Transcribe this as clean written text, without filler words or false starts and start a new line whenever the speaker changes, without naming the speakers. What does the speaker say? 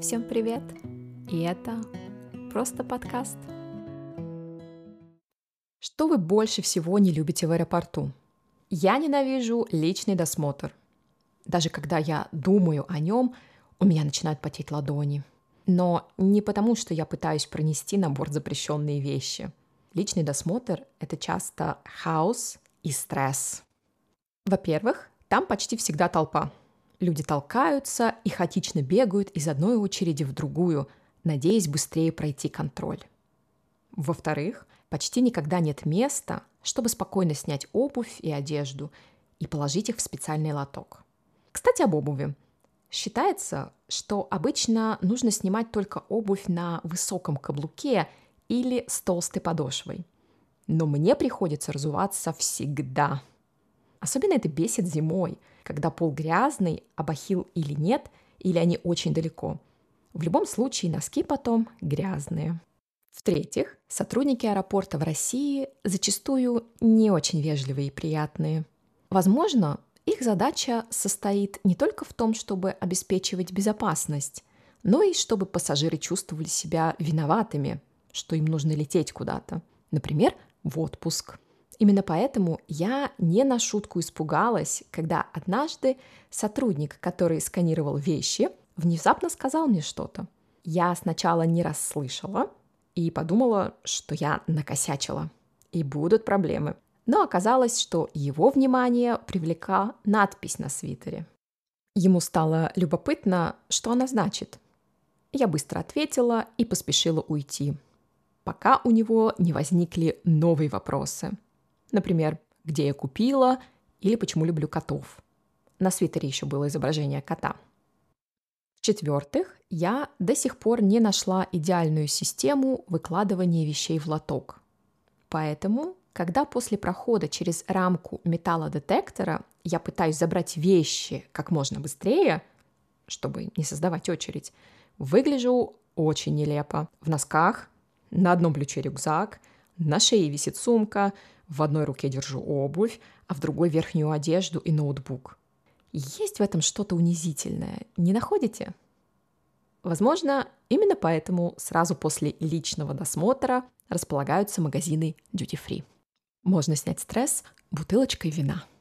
Всем привет! И это просто подкаст. Что вы больше всего не любите в аэропорту? Я ненавижу личный досмотр. Даже когда я думаю о нем, у меня начинают потеть ладони. Но не потому, что я пытаюсь пронести на борт запрещенные вещи. Личный досмотр — это часто хаос и стресс. Во-первых, там почти всегда толпа. Люди толкаются и хаотично бегают из одной очереди в другую, надеясь быстрее пройти контроль. Во-вторых, почти никогда нет места, чтобы спокойно снять обувь и одежду и положить их в специальный лоток. Кстати, об обуви. Считается, что обычно нужно снимать только обувь на высоком каблуке или с толстой подошвой. Но мне приходится разуваться всегда. Особенно это бесит зимой, когда пол грязный, а бахил или нет, или они очень далеко. В любом случае носки потом грязные. В-третьих, сотрудники аэропорта в России зачастую не очень вежливые и приятные. Возможно, их задача состоит не только в том, чтобы обеспечивать безопасность, но и чтобы пассажиры чувствовали себя виноватыми, что им нужно лететь куда-то, например, в отпуск. Именно поэтому я не на шутку испугалась, когда однажды сотрудник, который сканировал вещи, внезапно сказал мне что-то. Я сначала не расслышала и подумала, что я накосячила, и будут проблемы. Но оказалось, что его внимание привлекла надпись на свитере. Ему стало любопытно, что она значит. Я быстро ответила и поспешила уйти, пока у него не возникли новые вопросы. Например, где я купила или почему люблю котов. На свитере еще было изображение кота. В-четвертых, я до сих пор не нашла идеальную систему выкладывания вещей в лоток. Поэтому, когда после прохода через рамку металлодетектора я пытаюсь забрать вещи как можно быстрее, чтобы не создавать очередь, выгляжу очень нелепо. В носках, на одном плече рюкзак, на шее висит сумка, в одной руке держу обувь, а в другой верхнюю одежду и ноутбук. Есть в этом что-то унизительное, не находите? Возможно, именно поэтому сразу после личного досмотра располагаются магазины duty-free. Можно снять стресс бутылочкой вина.